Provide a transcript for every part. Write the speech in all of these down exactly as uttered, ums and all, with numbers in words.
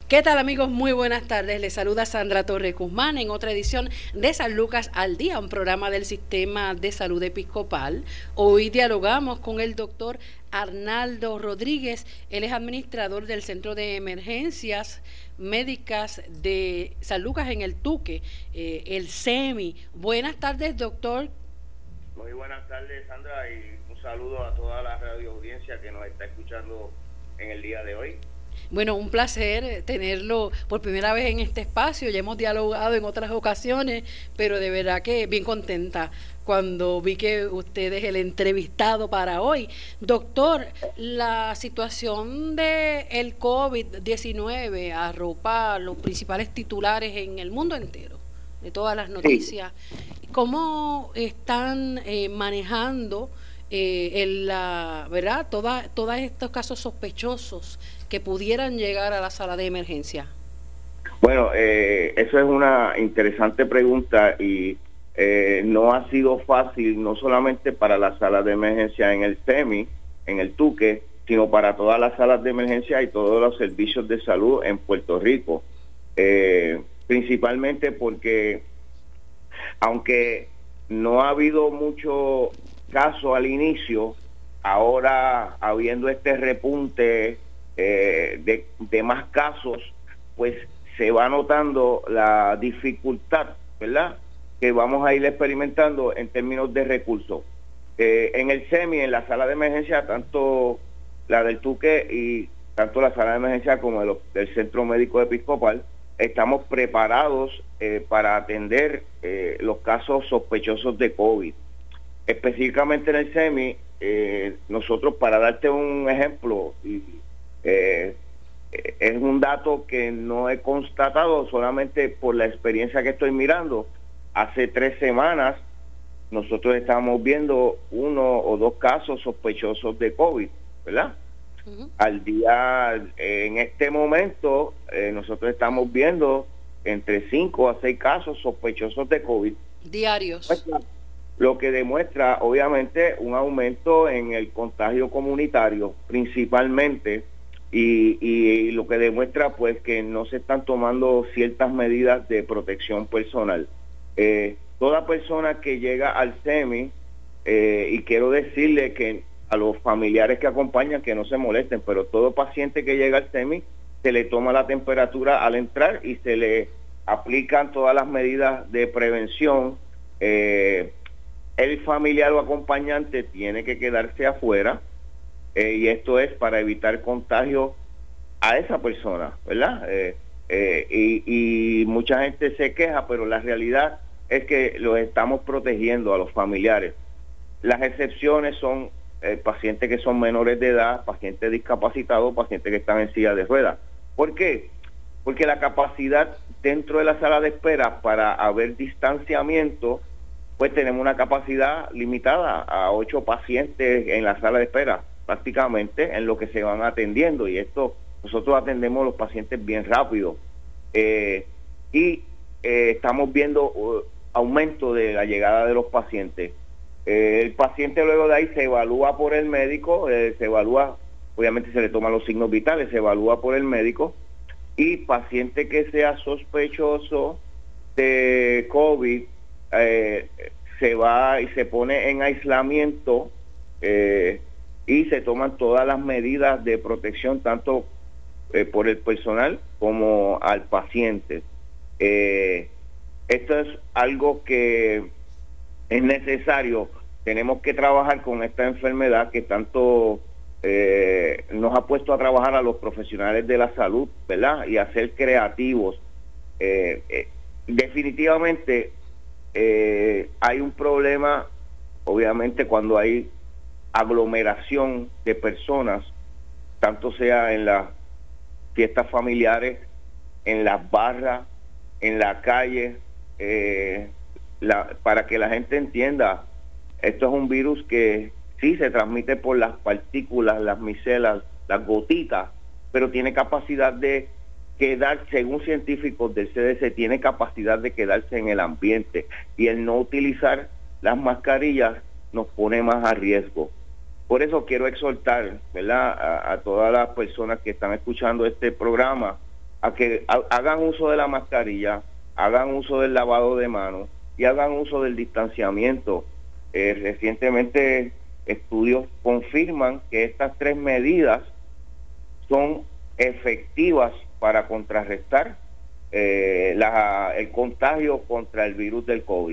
¿Qué tal, amigos? Muy buenas tardes. Les saluda Sandra Torre Guzmán en otra edición de San Lucas al Día, un programa del Sistema de Salud Episcopal. Hoy dialogamos con el doctor Arnaldo Rodríguez. Él es administrador del Centro de Emergencias Médicas de San Lucas en el Tuque, eh, el SEMI. Buenas tardes, doctor. Muy buenas tardes, Sandra, y un saludo a toda la radio audiencia que nos está escuchando en el día de hoy. Bueno, un placer tenerlo por primera vez en este espacio. Ya hemos dialogado en otras ocasiones, pero de verdad que bien contenta cuando vi que usted es el entrevistado para hoy. Doctor, la situación del COVID diecinueve arropa los principales titulares en el mundo entero, de todas las noticias. Sí. ¿Cómo están eh, manejando eh, el, la, ¿verdad? Toda, todos estos casos sospechosos que pudieran llegar a la sala de emergencia? Bueno, eh, eso es una interesante pregunta y eh, no ha sido fácil, no solamente para la sala de emergencia en el SEMI, en el Tuque, sino para todas las salas de emergencia y todos los servicios de salud en Puerto Rico. Eh, principalmente porque, aunque no ha habido mucho caso al inicio, ahora habiendo este repunte Eh, de, de más casos, pues se va notando la dificultad, ¿verdad?, que vamos a ir experimentando en términos de recursos. Eh, en el SEMI, en la sala de emergencia, tanto la del Tuque y tanto la sala de emergencia como el, el Centro Médico Episcopal, estamos preparados eh, para atender eh, los casos sospechosos de COVID. Específicamente en el SEMI, eh, nosotros, para darte un ejemplo, y Eh, es un dato que no he constatado solamente por la experiencia que estoy mirando. Hace tres semanas nosotros estábamos viendo uno o dos casos sospechosos de COVID, ¿verdad? Uh-huh. Al día, en este momento, eh, nosotros estamos viendo entre cinco a seis casos sospechosos de COVID. Diarios. Lo que demuestra, obviamente, un aumento en el contagio comunitario, principalmente. Y, y lo que demuestra pues que no se están tomando ciertas medidas de protección personal. Eh, toda persona que llega al SEMI, eh, y quiero decirle que a los familiares que acompañan que no se molesten, pero todo paciente que llega al SEMI se le toma la temperatura al entrar y se le aplican todas las medidas de prevención. Eh, el familiar o acompañante tiene que quedarse afuera. Eh, y esto es para evitar contagio a esa persona, ¿verdad? Eh, eh, y, y mucha gente se queja, pero la realidad es que los estamos protegiendo a los familiares. Las excepciones son eh, pacientes que son menores de edad, pacientes discapacitados, pacientes que están en silla de ruedas. ¿Por qué? Porque la capacidad dentro de la sala de espera para haber distanciamiento, pues tenemos una capacidad limitada a ocho pacientes en la sala de espera, prácticamente en lo que se van atendiendo, y esto nosotros atendemos a los pacientes bien rápido, eh, y eh, estamos viendo uh, aumento de la llegada de los pacientes. Eh, el paciente luego de ahí se evalúa por el médico, eh, se evalúa, obviamente se le toman los signos vitales, se evalúa por el médico, y paciente que sea sospechoso de COVID eh, se va y se pone en aislamiento, eh, y se toman todas las medidas de protección tanto eh, por el personal como al paciente. Eh, esto es algo que es necesario. Tenemos que trabajar con esta enfermedad que tanto eh, nos ha puesto a trabajar a los profesionales de la salud, ¿verdad? Y a ser creativos. Eh, eh, definitivamente eh, hay un problema, obviamente, cuando hay aglomeración de personas, tanto sea en las fiestas familiares, en las barras, en la calle, eh, la, para que la gente entienda, esto es un virus que sí se transmite por las partículas, las micelas, las gotitas, pero tiene capacidad de quedar, según científicos del C D C, tiene capacidad de quedarse en el ambiente, y el no utilizar las mascarillas nos pone más a riesgo. Por eso quiero exhortar, ¿verdad?, a, a todas las personas que están escuchando este programa, a que ha, hagan uso de la mascarilla, hagan uso del lavado de manos y hagan uso del distanciamiento. Eh, recientemente estudios confirman que estas tres medidas son efectivas para contrarrestar eh, la, el contagio contra el virus del COVID.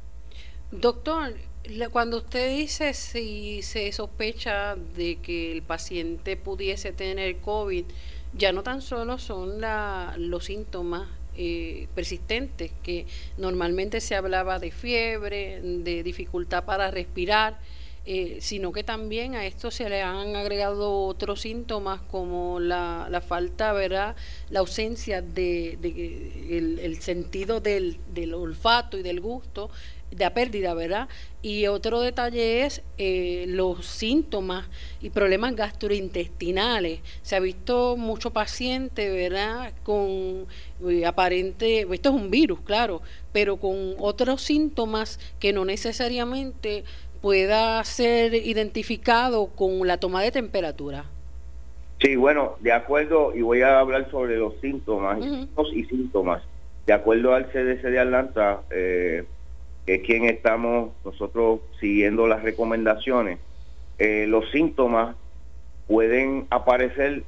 Doctor, cuando usted dice si se sospecha de que el paciente pudiese tener COVID, ya no tan solo son la, los síntomas eh, persistentes, que normalmente se hablaba de fiebre, de dificultad para respirar, eh, sino que también a esto se le han agregado otros síntomas como la, la falta, ¿verdad?, la ausencia de, de el, el sentido del, del olfato y del gusto, de la pérdida, ¿verdad? Y otro detalle es eh, los síntomas y problemas gastrointestinales. Se ha visto mucho paciente, ¿verdad?, con eh, aparente, esto es un virus, claro, pero con otros síntomas que no necesariamente pueda ser identificado con la toma de temperatura. Sí, bueno, de acuerdo, y voy a hablar sobre los síntomas uh-huh. y síntomas. De acuerdo al C D C de Atlanta, eh, que es quien estamos nosotros siguiendo las recomendaciones, eh, los síntomas pueden aparecer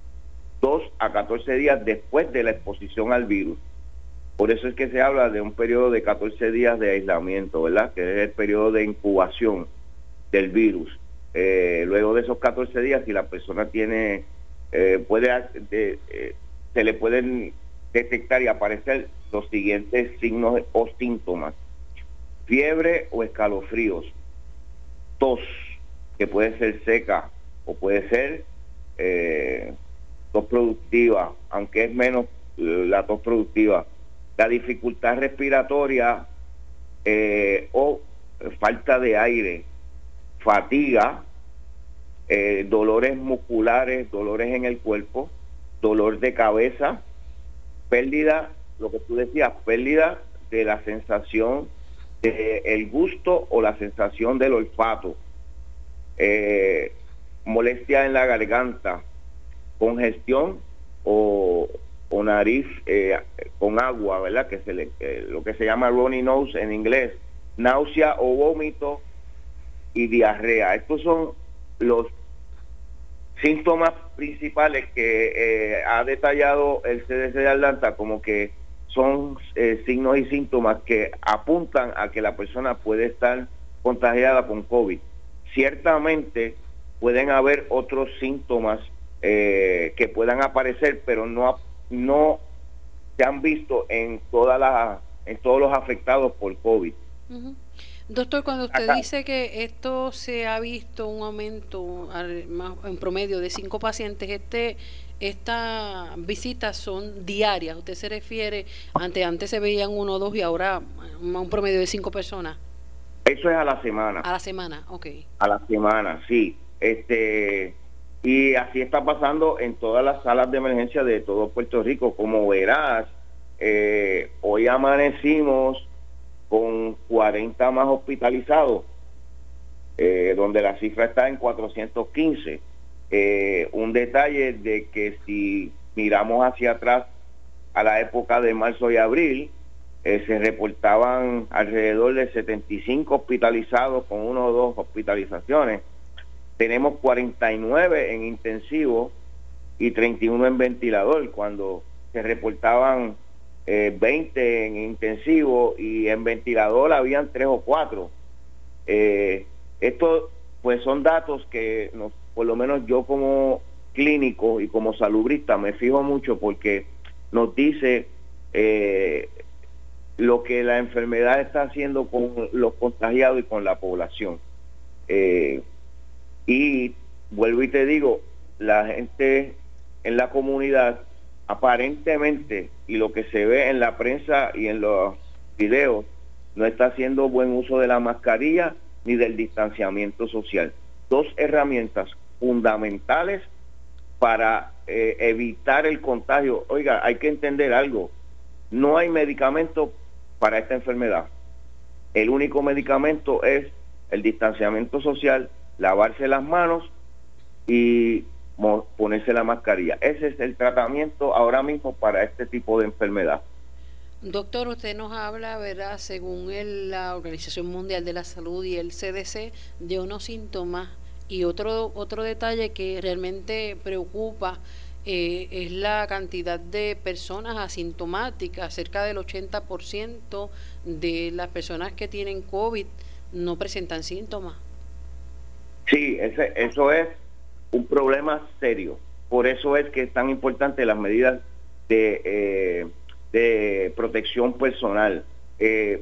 dos a catorce días después de la exposición al virus. Por eso es que se habla de un periodo de catorce días de aislamiento, ¿verdad?, que es el periodo de incubación del virus. Eh, luego de esos catorce días, si la persona tiene, eh, puede, de, eh, se le pueden detectar y aparecer los siguientes signos o síntomas: fiebre o escalofríos, tos, que puede ser seca o puede ser eh, tos productiva, aunque es menos eh, la tos productiva, la dificultad respiratoria eh, o falta de aire, fatiga, eh, dolores musculares, dolores en el cuerpo, dolor de cabeza, pérdida, lo que tú decías, pérdida de la sensación de el gusto o la sensación del olfato, eh, molestia en la garganta, congestión o, o nariz eh, con agua, ¿verdad?, que se le, eh, lo que se llama runny nose en inglés, náusea o vómito y diarrea. Estos son los síntomas principales que eh, ha detallado el C D C de Atlanta como que son eh, signos y síntomas que apuntan a que la persona puede estar contagiada con COVID. Ciertamente pueden haber otros síntomas eh, que puedan aparecer, pero no no se han visto en todas las en todos los afectados por COVID. Uh-huh. Doctor, cuando usted Acá dice que esto se ha visto un aumento en promedio de cinco pacientes, este estas visitas son diarias. ¿Usted se refiere, antes antes se veían uno o dos y ahora un promedio de cinco personas? Eso es a la semana. A la semana, ok. A la semana, sí. Este y así está pasando en todas las salas de emergencia de todo Puerto Rico. Como verás, eh, hoy amanecimos con cuarenta más hospitalizados, eh, donde la cifra está en cuatrocientos quince. Eh, un detalle de que si miramos hacia atrás a la época de marzo y abril, eh, se reportaban alrededor de setenta y cinco hospitalizados con uno o dos hospitalizaciones. Tenemos cuarenta y nueve en intensivo y treinta y uno en ventilador, cuando se reportaban eh, veinte en intensivo y en ventilador habían tres o cuatro. Eh, esto pues son datos que nos, por lo menos yo como clínico y como salubrista me fijo mucho, porque nos dice eh, lo que la enfermedad está haciendo con los contagiados y con la población. Eh, y vuelvo y te digo, la gente en la comunidad aparentemente, y lo que se ve en la prensa y en los videos, no está haciendo buen uso de la mascarilla ni del distanciamiento social. Dos herramientas fundamentales para eh, evitar el contagio. Oiga, hay que entender algo: no hay medicamento para esta enfermedad. El único medicamento es el distanciamiento social, lavarse las manos y ponerse la mascarilla. Ese es el tratamiento ahora mismo para este tipo de enfermedad. Doctor, usted nos habla, ¿verdad?, según el, la Organización Mundial de la Salud y el C D C, de unos síntomas, y otro otro detalle que realmente preocupa eh, es la cantidad de personas asintomáticas. Cerca del ochenta por ciento de las personas que tienen COVID no presentan síntomas. Sí, ese, eso es un problema serio. Por eso es que es tan importante las medidas de... Eh, de protección personal. Eh,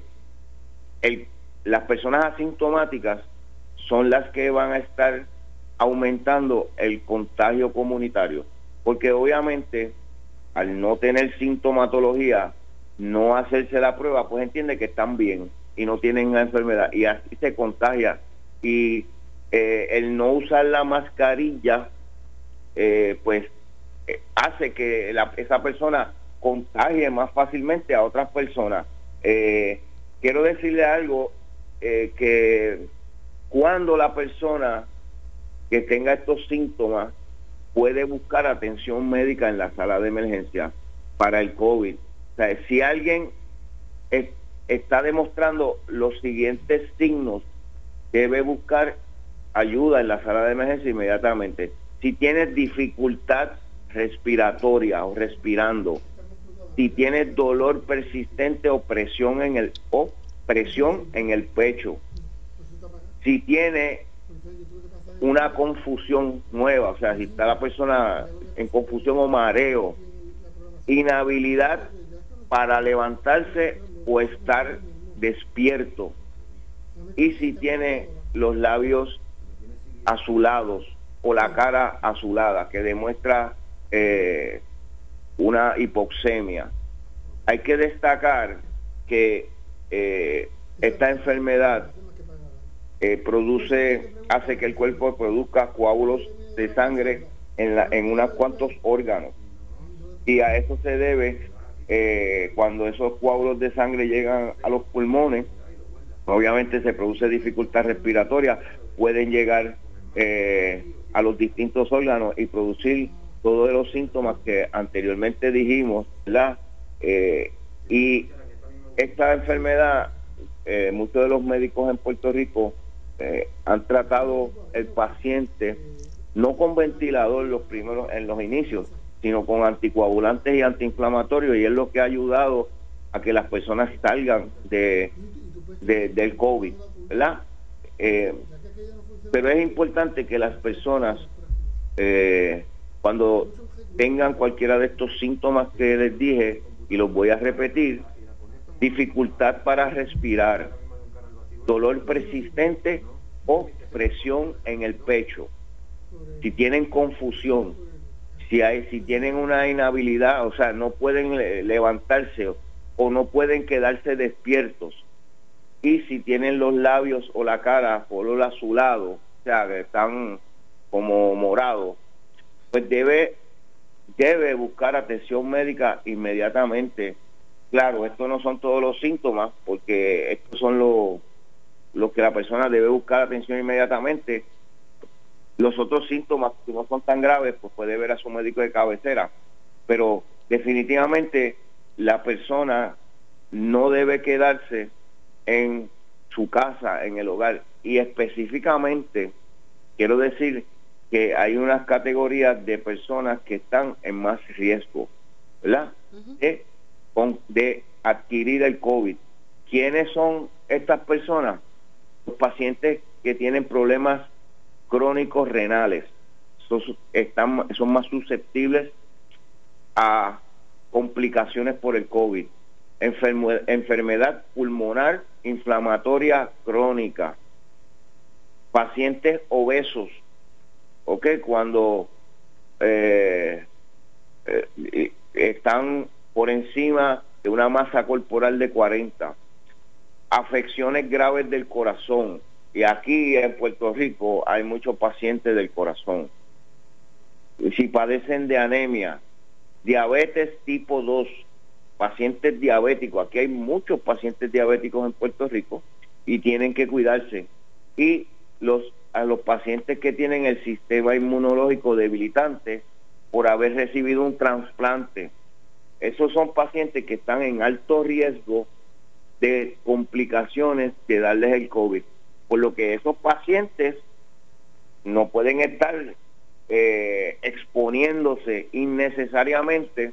el, las personas asintomáticas son las que van a estar aumentando el contagio comunitario, porque obviamente al no tener sintomatología, no hacerse la prueba, pues entiende que están bien y no tienen la enfermedad, y así se contagia. Y eh, el no usar la mascarilla eh, pues eh, hace que la, esa persona contagie más fácilmente a otras personas. Eh, quiero decirle algo, eh, que cuando la persona que tenga estos síntomas puede buscar atención médica en la sala de emergencia para el COVID. O sea, si alguien es, está demostrando los siguientes signos, debe buscar ayuda en la sala de emergencia inmediatamente. Si tienes dificultad respiratoria o respirando, si tienes dolor persistente o presión en el o presión en el pecho, si tiene una confusión nueva, o sea, si está la persona en confusión o mareo, inhabilidad para levantarse o estar despierto, y si tiene los labios azulados o la cara azulada, que demuestra eh, una hipoxemia. Hay que destacar que eh, esta enfermedad eh, produce, hace que el cuerpo produzca coágulos de sangre en, la, en unos cuantos órganos, y a eso se debe eh, cuando esos coágulos de sangre llegan a los pulmones, obviamente se produce dificultad respiratoria, pueden llegar eh, a los distintos órganos y producir todos los síntomas que anteriormente dijimos, ¿verdad? Eh, y esta enfermedad, eh, muchos de los médicos en Puerto Rico eh, han tratado el paciente no con ventilador los primeros en los inicios, sino con anticoagulantes y antiinflamatorios, y es lo que ha ayudado a que las personas salgan de, de del COVID, ¿verdad? Eh, pero es importante que las personas eh, cuando tengan cualquiera de estos síntomas que les dije, y los voy a repetir: dificultad para respirar, dolor persistente o presión en el pecho, si tienen confusión, si hay, si tienen una inhabilidad, o sea, no pueden levantarse o, o no pueden quedarse despiertos, y si tienen los labios o la cara color azulado, o sea, que están como morados, pues debe debe buscar atención médica inmediatamente. Claro, estos no son todos los síntomas, porque estos son los los que la persona debe buscar atención inmediatamente. Los otros síntomas, que no son tan graves, pues puede ver a su médico de cabecera, pero definitivamente la persona no debe quedarse en su casa, en el hogar. Y específicamente quiero decir que hay unas categorías de personas que están en más riesgo, ¿verdad? Uh-huh. de, con, de adquirir el COVID. ¿Quiénes son estas personas? Los pacientes que tienen problemas crónicos renales, son, están, son más susceptibles a complicaciones por el COVID. Enferme, enfermedad pulmonar inflamatoria crónica, pacientes obesos, ¿ok? Cuando eh, eh, están por encima de una masa corporal de cuarenta, afecciones graves del corazón, y aquí en Puerto Rico hay muchos pacientes del corazón. Si padecen de anemia, diabetes tipo dos, pacientes diabéticos, aquí hay muchos pacientes diabéticos en Puerto Rico y tienen que cuidarse, y los a los pacientes que tienen el sistema inmunológico debilitante por haber recibido un trasplante. Esos son pacientes que están en alto riesgo de complicaciones de darles el COVID, por lo que esos pacientes no pueden estar eh, exponiéndose innecesariamente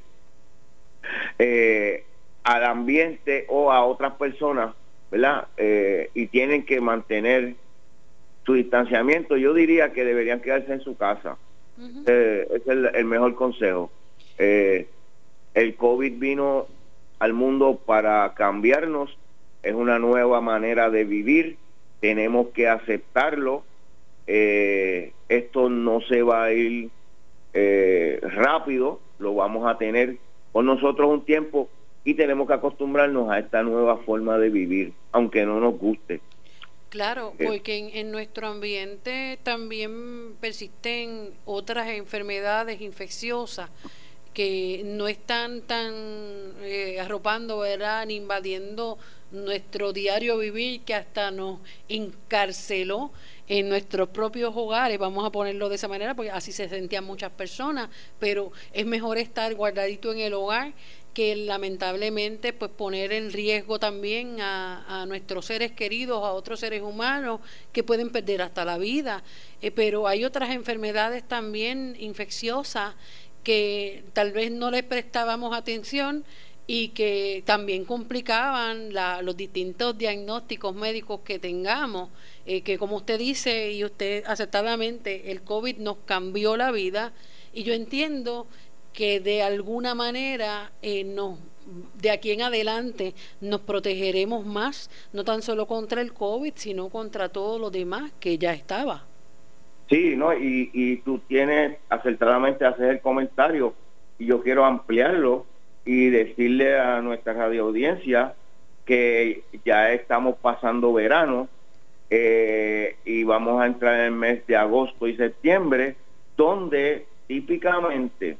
eh, al ambiente o a otras personas, ¿verdad? Eh, y tienen que mantener su distanciamiento. Yo diría que deberían quedarse en su casa. Uh-huh. Eh, ese es el, el mejor consejo. Eh, el COVID vino al mundo para cambiarnos, es una nueva manera de vivir, tenemos que aceptarlo. Eh, esto no se va a ir eh, rápido, lo vamos a tener con nosotros un tiempo y tenemos que acostumbrarnos a esta nueva forma de vivir, aunque no nos guste. Claro, porque en, en nuestro ambiente también persisten otras enfermedades infecciosas que no están tan eh, arropando, ¿verdad?, ni invadiendo nuestro diario vivir, que hasta nos encarceló en nuestros propios hogares, vamos a ponerlo de esa manera, porque así se sentían muchas personas, pero es mejor estar guardadito en el hogar que lamentablemente pues poner en riesgo también a, a nuestros seres queridos, a otros seres humanos que pueden perder hasta la vida. Eh, pero hay otras enfermedades también infecciosas que tal vez no les prestábamos atención y que también complicaban la, los distintos diagnósticos médicos que tengamos, eh, que como usted dice y usted acertadamente, el COVID nos cambió la vida, y yo entiendo que de alguna manera eh, nos, de aquí en adelante nos protegeremos más, no tan solo contra el COVID, sino contra todo lo demás que ya estaba. Sí, no, y, y tú tienes acertadamente hacer el comentario, y yo quiero ampliarlo y decirle a nuestra radio audiencia que ya estamos pasando verano eh, y vamos a entrar en el mes de agosto y septiembre, donde típicamente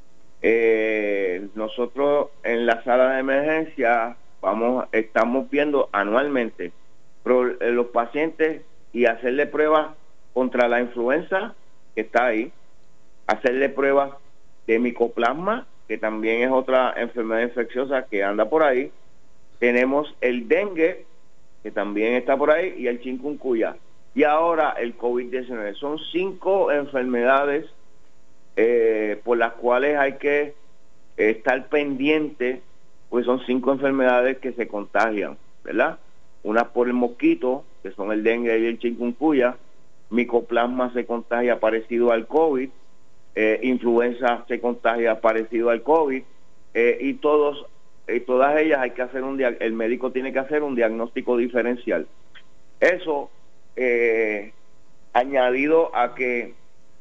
eh, nosotros en la sala de emergencia vamos estamos viendo anualmente pro, eh, los pacientes y hacerle pruebas contra la influenza que está ahí, hacerle pruebas de micoplasma, que también es otra enfermedad infecciosa que anda por ahí. Tenemos el dengue, que también está por ahí, y el chikungunya. Y ahora el COVID diecinueve. Son cinco enfermedades eh, por las cuales hay que estar pendiente, pues son cinco enfermedades que se contagian, ¿verdad? Una por el mosquito, que son el dengue y el chikungunya. Micoplasma se contagia parecido al COVID. Eh, influenza se contagia parecido al COVID, eh, y todos y todas ellas hay que hacer un dia- el médico tiene que hacer un diagnóstico diferencial. Eso eh, añadido a que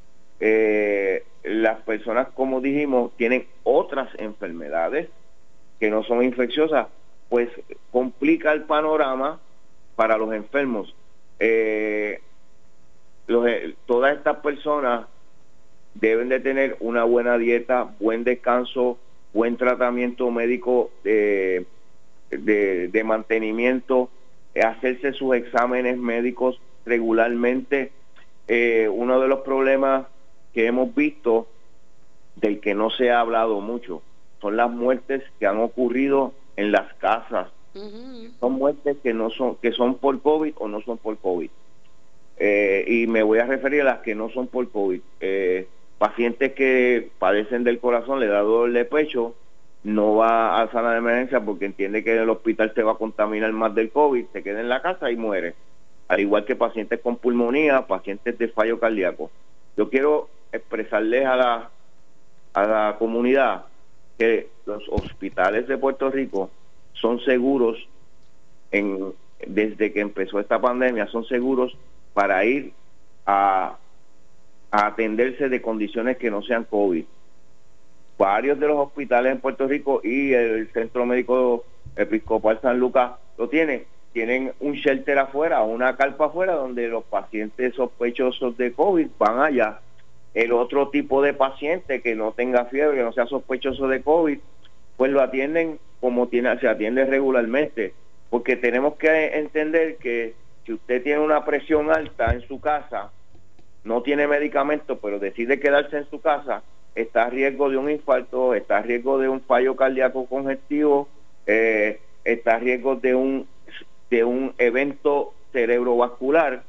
eh, las personas, como dijimos, tienen otras enfermedades que no son infecciosas, pues complica el panorama para los enfermos. Eh, los, todas estas personas deben de tener una buena dieta, buen descanso, buen tratamiento médico de, de, de mantenimiento, hacerse sus exámenes médicos regularmente. Eh, uno de los problemas que hemos visto, del que no se ha hablado mucho, son las muertes que han ocurrido en las casas. Uh-huh. Son muertes que no son, que son por COVID o no son por COVID. Eh, y me voy a referir a las que no son por COVID. Eh, pacientes que padecen del corazón, le da dolor de pecho, no va a sala de emergencia porque entiende que en el hospital se va a contaminar más del COVID, se queda en la casa y muere. Al igual que pacientes con pulmonía, pacientes de fallo cardíaco. Yo quiero expresarles a la, a la comunidad que los hospitales de Puerto Rico son seguros, en, desde que empezó esta pandemia, son seguros para ir a a atenderse de condiciones que no sean COVID. Varios de los hospitales en Puerto Rico y el Centro Médico Episcopal San Lucas lo tienen, tienen un shelter afuera, una carpa afuera donde los pacientes sospechosos de COVID van allá. El otro tipo de paciente que no tenga fiebre, que no sea sospechoso de COVID, pues lo atienden como tiene, se atiende regularmente, porque tenemos que entender que si usted tiene una presión alta en su casa, no tiene medicamento, pero decide quedarse en su casa, está a riesgo de un infarto, está a riesgo de un fallo cardíaco congestivo, eh, está a riesgo de un de un evento cerebrovascular,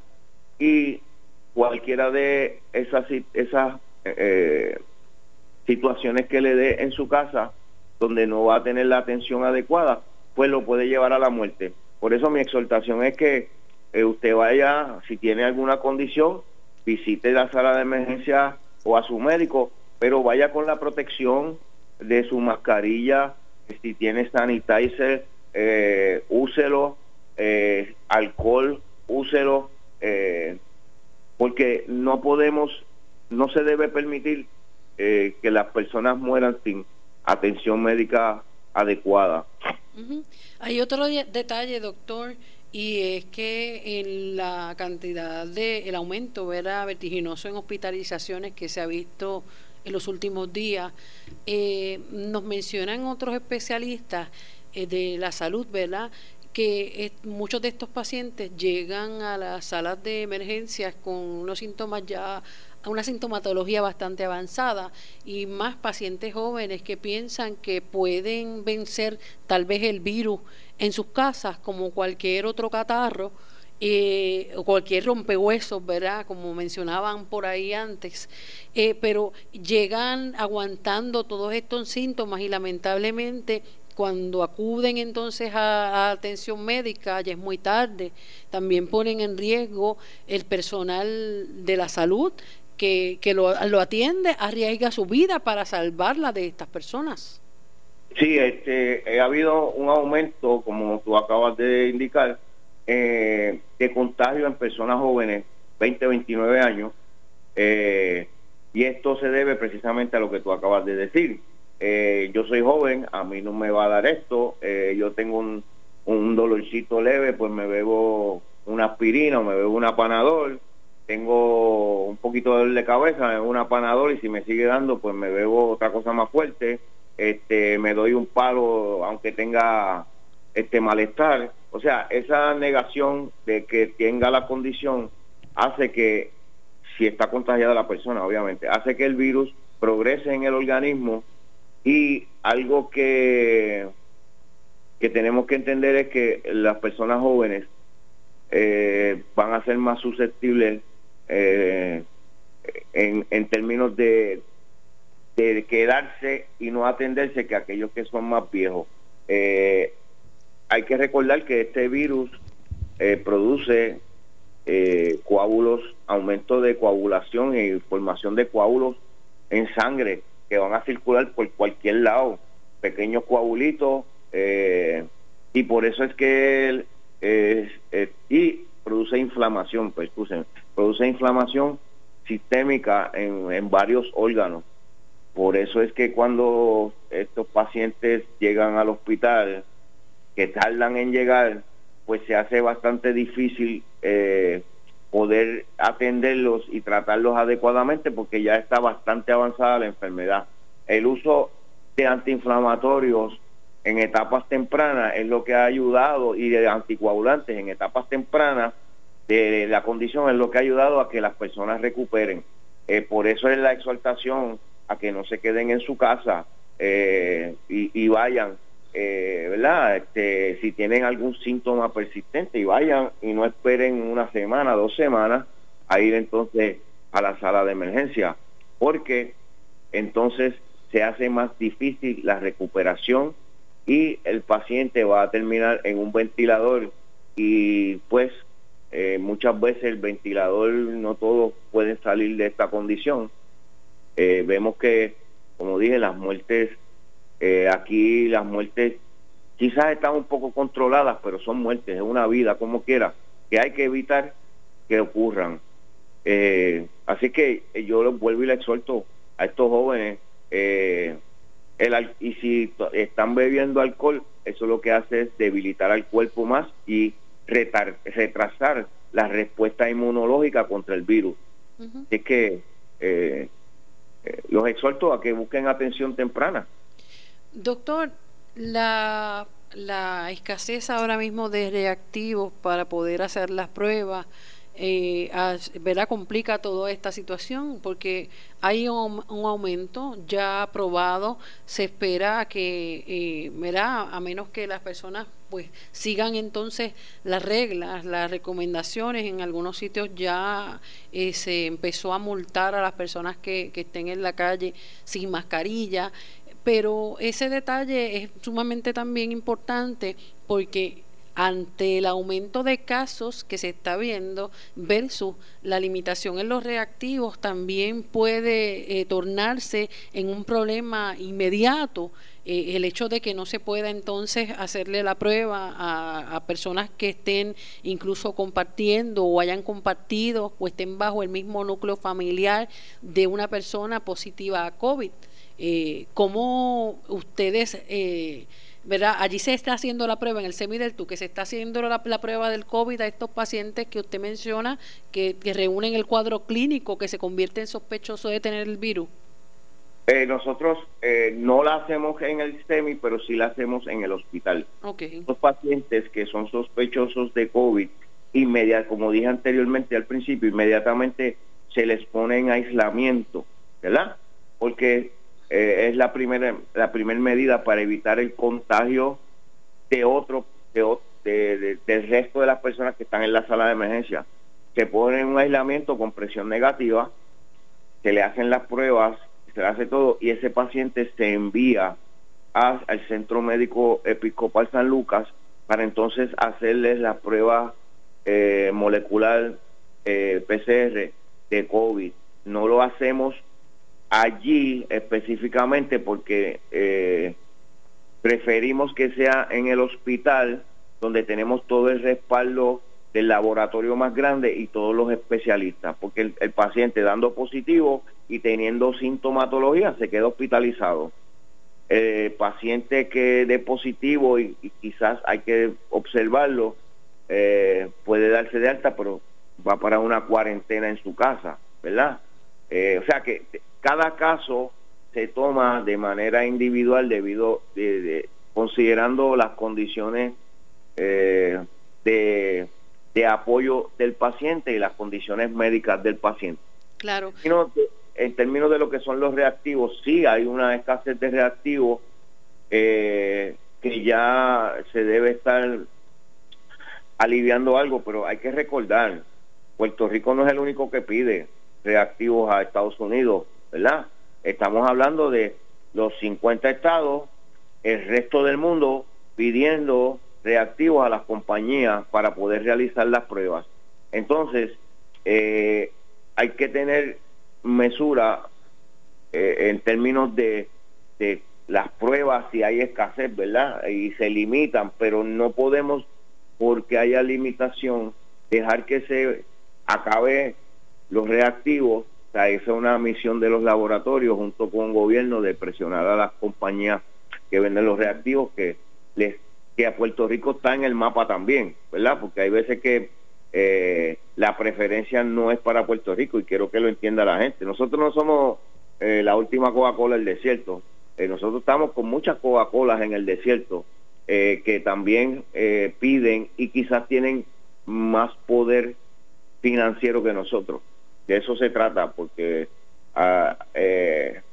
y cualquiera de esas esas eh, situaciones que le dé en su casa, donde no va a tener la atención adecuada, pues lo puede llevar a la muerte. Por eso mi exhortación es que eh, usted vaya, si tiene alguna condición, visite la sala de emergencia o a su médico, pero vaya con la protección de su mascarilla. Si tiene sanitizer, eh, úselo, eh, alcohol, úselo, eh, porque no podemos, no se debe permitir eh, que las personas mueran sin atención médica adecuada. Uh-huh. Hay otro de- detalle, doctor, y es que en la cantidad de el aumento, ¿verdad?, vertiginoso en hospitalizaciones que se ha visto en los últimos días, eh, nos mencionan otros especialistas eh, de la salud, ¿verdad?, que eh, muchos de estos pacientes llegan a las salas de emergencias con unos síntomas ya, a una sintomatología bastante avanzada, y más pacientes jóvenes que piensan que pueden vencer tal vez el virus en sus casas como cualquier otro catarro, eh, o cualquier rompehuesos, ¿verdad?, como mencionaban por ahí antes, eh, pero llegan aguantando todos estos síntomas, y lamentablemente cuando acuden entonces a, a atención médica ya es muy tarde. También ponen en riesgo el personal de la salud que, que lo, lo atiende, arriesga su vida para salvarla de estas personas. Sí, este, ha habido un aumento, como tú acabas de indicar, eh, de contagio en personas jóvenes, veinte, veintinueve años, eh, y esto se debe precisamente a lo que tú acabas de decir. Eh, yo soy joven, a mí no me va a dar esto, eh, yo tengo un, un dolorcito leve, pues me bebo una aspirina o me bebo una Panadol, tengo un poquito de dolor de cabeza, me bebo una Panadol, y si me sigue dando, pues me bebo otra cosa más fuerte, este, me doy un palo aunque tenga este malestar. O sea, esa negación de que tenga la condición hace que, si está contagiada la persona, obviamente, hace que el virus progrese en el organismo. Y algo que, que tenemos que entender es que las personas jóvenes eh, van a ser más susceptibles eh, en, en términos de, de quedarse y no atenderse que aquellos que son más viejos. Eh, hay que recordar que este virus eh, produce eh, coágulos, aumento de coagulación y formación de coágulos en sangre, que van a circular por cualquier lado, pequeños coagulitos, eh, y por eso es que eh, eh, y produce inflamación, pues, excusen, produce inflamación sistémica en, en varios órganos. Por eso es que cuando estos pacientes llegan al hospital, que tardan en llegar, pues se hace bastante difícil eh, poder atenderlos y tratarlos adecuadamente, porque ya está bastante avanzada la enfermedad. El uso de antiinflamatorios en etapas tempranas es lo que ha ayudado, y de anticoagulantes en etapas tempranas de la condición es lo que ha ayudado a que las personas recuperen. Eh, por eso es la exhortación a que no se queden en su casa eh, y, y vayan, eh, ¿verdad? Este, si tienen algún síntoma persistente, y vayan y no esperen una semana, dos semanas a ir entonces a la sala de emergencia, porque entonces se hace más difícil la recuperación y el paciente va a terminar en un ventilador, y pues eh, muchas veces el ventilador, no todos pueden salir de esta condición. Eh, vemos que, como dije, las muertes Eh, aquí las muertes quizás están un poco controladas, pero son muertes, es una vida como quiera, que hay que evitar que ocurran. Eh, así que eh, yo los vuelvo y les exhorto a estos jóvenes, eh, el, y si están bebiendo alcohol, eso lo que hace es debilitar al cuerpo más y retar, retrasar la respuesta inmunológica contra el virus. Uh-huh. Así que eh, eh, los exhorto a que busquen atención temprana. Doctor, la la escasez ahora mismo de reactivos para poder hacer las pruebas, eh, as- ¿verdad? Complica toda esta situación porque hay un, un aumento ya aprobado. Se espera que, eh, ¿verdad? A menos que las personas pues sigan entonces las reglas, las recomendaciones. En algunos sitios ya eh, se empezó a multar a las personas que, que estén en la calle sin mascarilla, pero ese detalle es sumamente también importante porque ante el aumento de casos que se está viendo versus la limitación en los reactivos también puede eh, tornarse en un problema inmediato. Eh, el hecho de que no se pueda entonces hacerle la prueba a, a personas que estén incluso compartiendo o hayan compartido o estén bajo el mismo núcleo familiar de una persona positiva a COVID. Eh, ¿Cómo ustedes, eh, verdad? Allí se está haciendo la prueba en el SEMI del T U, que se está haciendo la, la prueba del COVID a estos pacientes que usted menciona, que, que reúnen el cuadro clínico, que se convierte en sospechoso de tener el virus. Eh, nosotros eh, no la hacemos en el SEMI, pero sí la hacemos en el hospital. Okay. Los pacientes que son sospechosos de COVID, inmediat, como dije anteriormente al principio, inmediatamente se les pone en aislamiento, ¿verdad? Porque eh, es la primera la primera medida para evitar el contagio de otro, de, de, de, del resto de las personas que están en la sala de emergencia. Se ponen en un aislamiento con presión negativa, se le hacen las pruebas, se le hace todo, y ese paciente se envía a, al Centro Médico Episcopal San Lucas para entonces hacerles la prueba eh, molecular eh, P C R de COVID. No lo hacemos allí específicamente porque eh, preferimos que sea en el hospital, donde tenemos todo el respaldo del laboratorio más grande y todos los especialistas, porque el, el paciente dando positivo y teniendo sintomatología se queda hospitalizado. El paciente que dé positivo y, y quizás hay que observarlo, eh, puede darse de alta, pero va para una cuarentena en su casa, ¿verdad? Eh, o sea que cada caso se toma de manera individual debido, de, de, considerando las condiciones eh, de, de apoyo del paciente y las condiciones médicas del paciente. Claro. Y no, en términos de lo que son los reactivos, sí hay una escasez de reactivos eh, que ya se debe estar aliviando algo, pero hay que recordar, Puerto Rico no es el único que pide reactivos a Estados Unidos, ¿verdad? Estamos hablando de los cincuenta estados, el resto del mundo pidiendo reactivos a las compañías para poder realizar las pruebas. Entonces, eh, hay que tener mesura eh, en términos de, de las pruebas si hay escasez, ¿verdad? Y se limitan, pero no podemos, porque haya limitación, dejar que se acabe los reactivos. O sea, esa es una misión de los laboratorios junto con el gobierno, de presionar a las compañías que venden los reactivos, que les que a Puerto Rico está en el mapa también, ¿verdad? Porque hay veces que eh, la preferencia no es para Puerto Rico, y quiero que lo entienda la gente. Nosotros no somos eh, la última Coca-Cola del desierto. Eh, nosotros estamos con muchas Coca-Colas en el desierto eh, que también eh, piden y quizás tienen más poder financiero que nosotros. De eso se trata, porque uh, eh,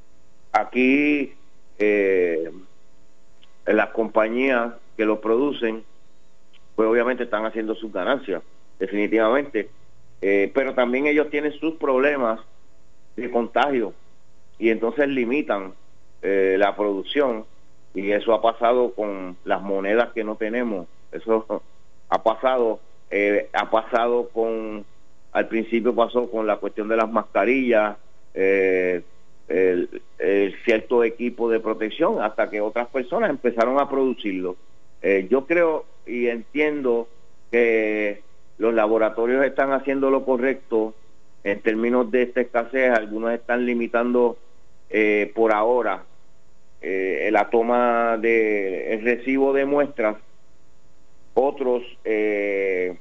aquí eh, las compañías que lo producen, pues obviamente están haciendo sus ganancias, definitivamente, eh, pero también ellos tienen sus problemas de contagio y entonces limitan eh, la producción, y eso ha pasado con las monedas que no tenemos. Eso ha pasado, eh, ha pasado con, al principio pasó con la cuestión de las mascarillas, eh, el, el cierto equipo de protección, hasta que otras personas empezaron a producirlo. Eh, yo creo y entiendo que los laboratorios están haciendo lo correcto en términos de esta escasez. Algunos están limitando eh, por ahora eh, la toma de el recibo de muestras. Otros eh,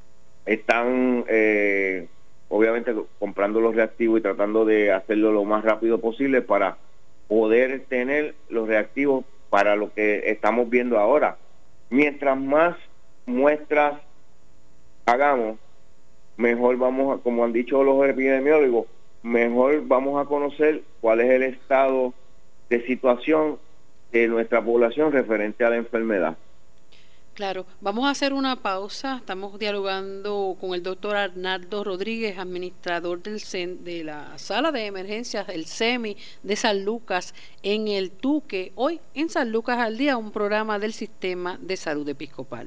están eh, obviamente comprando los reactivos y tratando de hacerlo lo más rápido posible para poder tener los reactivos para lo que estamos viendo ahora. Mientras más muestras hagamos, mejor vamos a, como han dicho los epidemiólogos, mejor vamos a conocer cuál es el estado de situación de nuestra población referente a la enfermedad. Claro, vamos a hacer una pausa. Estamos dialogando con el doctor Arnaldo Rodríguez, administrador del C E M, de la Sala de Emergencias, el C E M I de San Lucas, en el Tuque. Hoy en San Lucas al Día, un programa del Sistema de Salud Episcopal.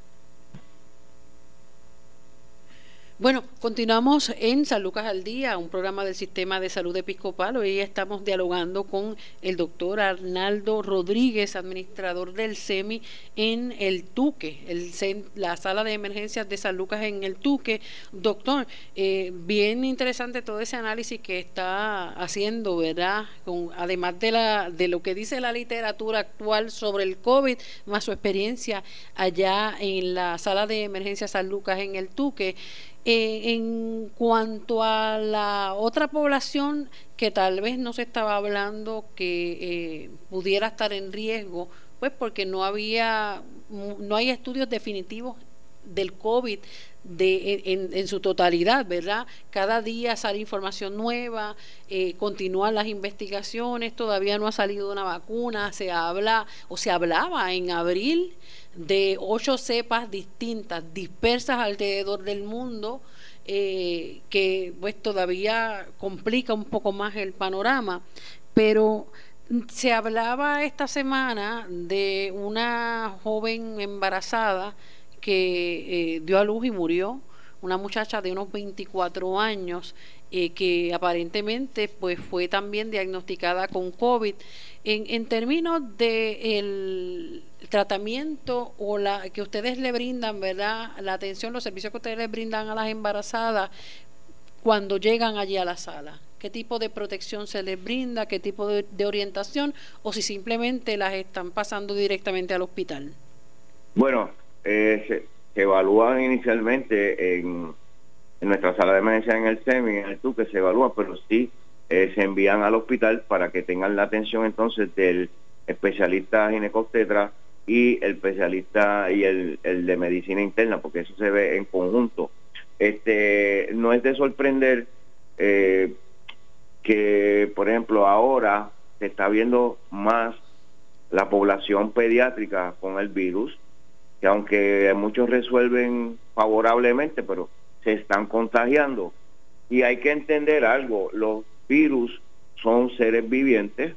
Bueno, continuamos en San Lucas al Día, un programa del Sistema de Salud Episcopal. Hoy estamos dialogando con el doctor Arnaldo Rodríguez, administrador del C E M I en el Tuque, el, la Sala de Emergencias de San Lucas en el Tuque. Doctor, eh, bien interesante todo ese análisis que está haciendo, ¿verdad? Con, además de, la, de lo que dice la literatura actual sobre el COVID, más su experiencia allá en la Sala de Emergencias San Lucas en el Tuque. Eh, en cuanto a la otra población que tal vez no se estaba hablando que eh, pudiera estar en riesgo, pues porque no había, no hay estudios definitivos del COVID de, en, en su totalidad, ¿verdad? Cada día sale información nueva, eh, continúan las investigaciones, todavía no ha salido una vacuna, se habla o se hablaba en abril de ocho cepas distintas, dispersas alrededor del mundo, eh, que pues todavía complica un poco más el panorama, pero se hablaba esta semana de una joven embarazada que eh, dio a luz y murió, una muchacha de unos veinticuatro años, eh, que aparentemente pues fue también diagnosticada con COVID. En, en términos de el tratamiento o la que ustedes le brindan, ¿verdad? La atención, los servicios que ustedes le brindan a las embarazadas cuando llegan allí a la sala. ¿Qué tipo de protección se les brinda? ¿Qué tipo de, de orientación? O si simplemente las están pasando directamente al hospital. Bueno, eh, se, se evalúan inicialmente en, en nuestra sala de emergencia en el C E M I, en el Tuque, se evalúan, pero sí eh, se envían al hospital para que tengan la atención entonces del especialista ginecobstetra y el especialista y el, el de medicina interna, porque eso se ve en conjunto. Este, no es de sorprender eh, que, por ejemplo, ahora se está viendo más la población pediátrica con el virus, que aunque muchos resuelven favorablemente, pero se están contagiando. Y hay que entender algo, los virus son seres vivientes,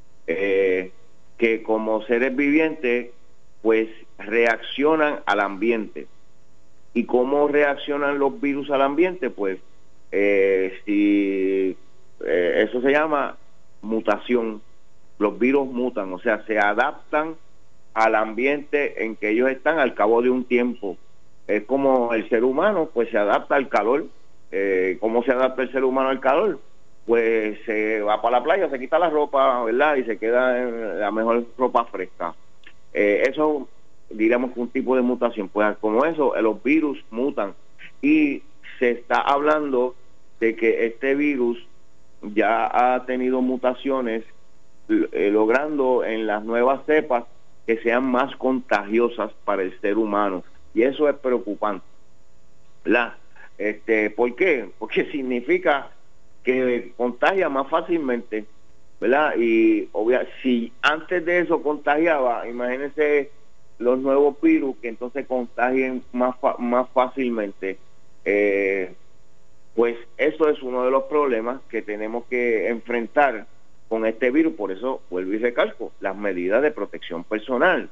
eh, que como seres vivientes, pues reaccionan al ambiente. ¿Y cómo reaccionan los virus al ambiente? Pues eh, si eh, eso se llama mutación. Los virus mutan, o sea, se adaptan al ambiente en que ellos están al cabo de un tiempo. Es como el ser humano, pues se adapta al calor. Eh, ¿Cómo se adapta el ser humano al calor? Pues se va para la playa, se quita la ropa, ¿verdad? Y se queda en la mejor ropa fresca. Eh, eso diríamos que un tipo de mutación. Pues como eso, los virus mutan. Y se está hablando de que este virus ya ha tenido mutaciones, eh, logrando en las nuevas cepas que sean más contagiosas para el ser humano. Y eso es preocupante, ¿verdad? Este, ¿por qué? Porque significa que contagia más fácilmente, ¿verdad? Y obvia, si antes de eso contagiaba, imagínense los nuevos virus que entonces contagien más, más fácilmente. Eh, pues eso es uno de los problemas que tenemos que enfrentar con este virus. Por eso vuelvo y recalco las medidas de protección personal.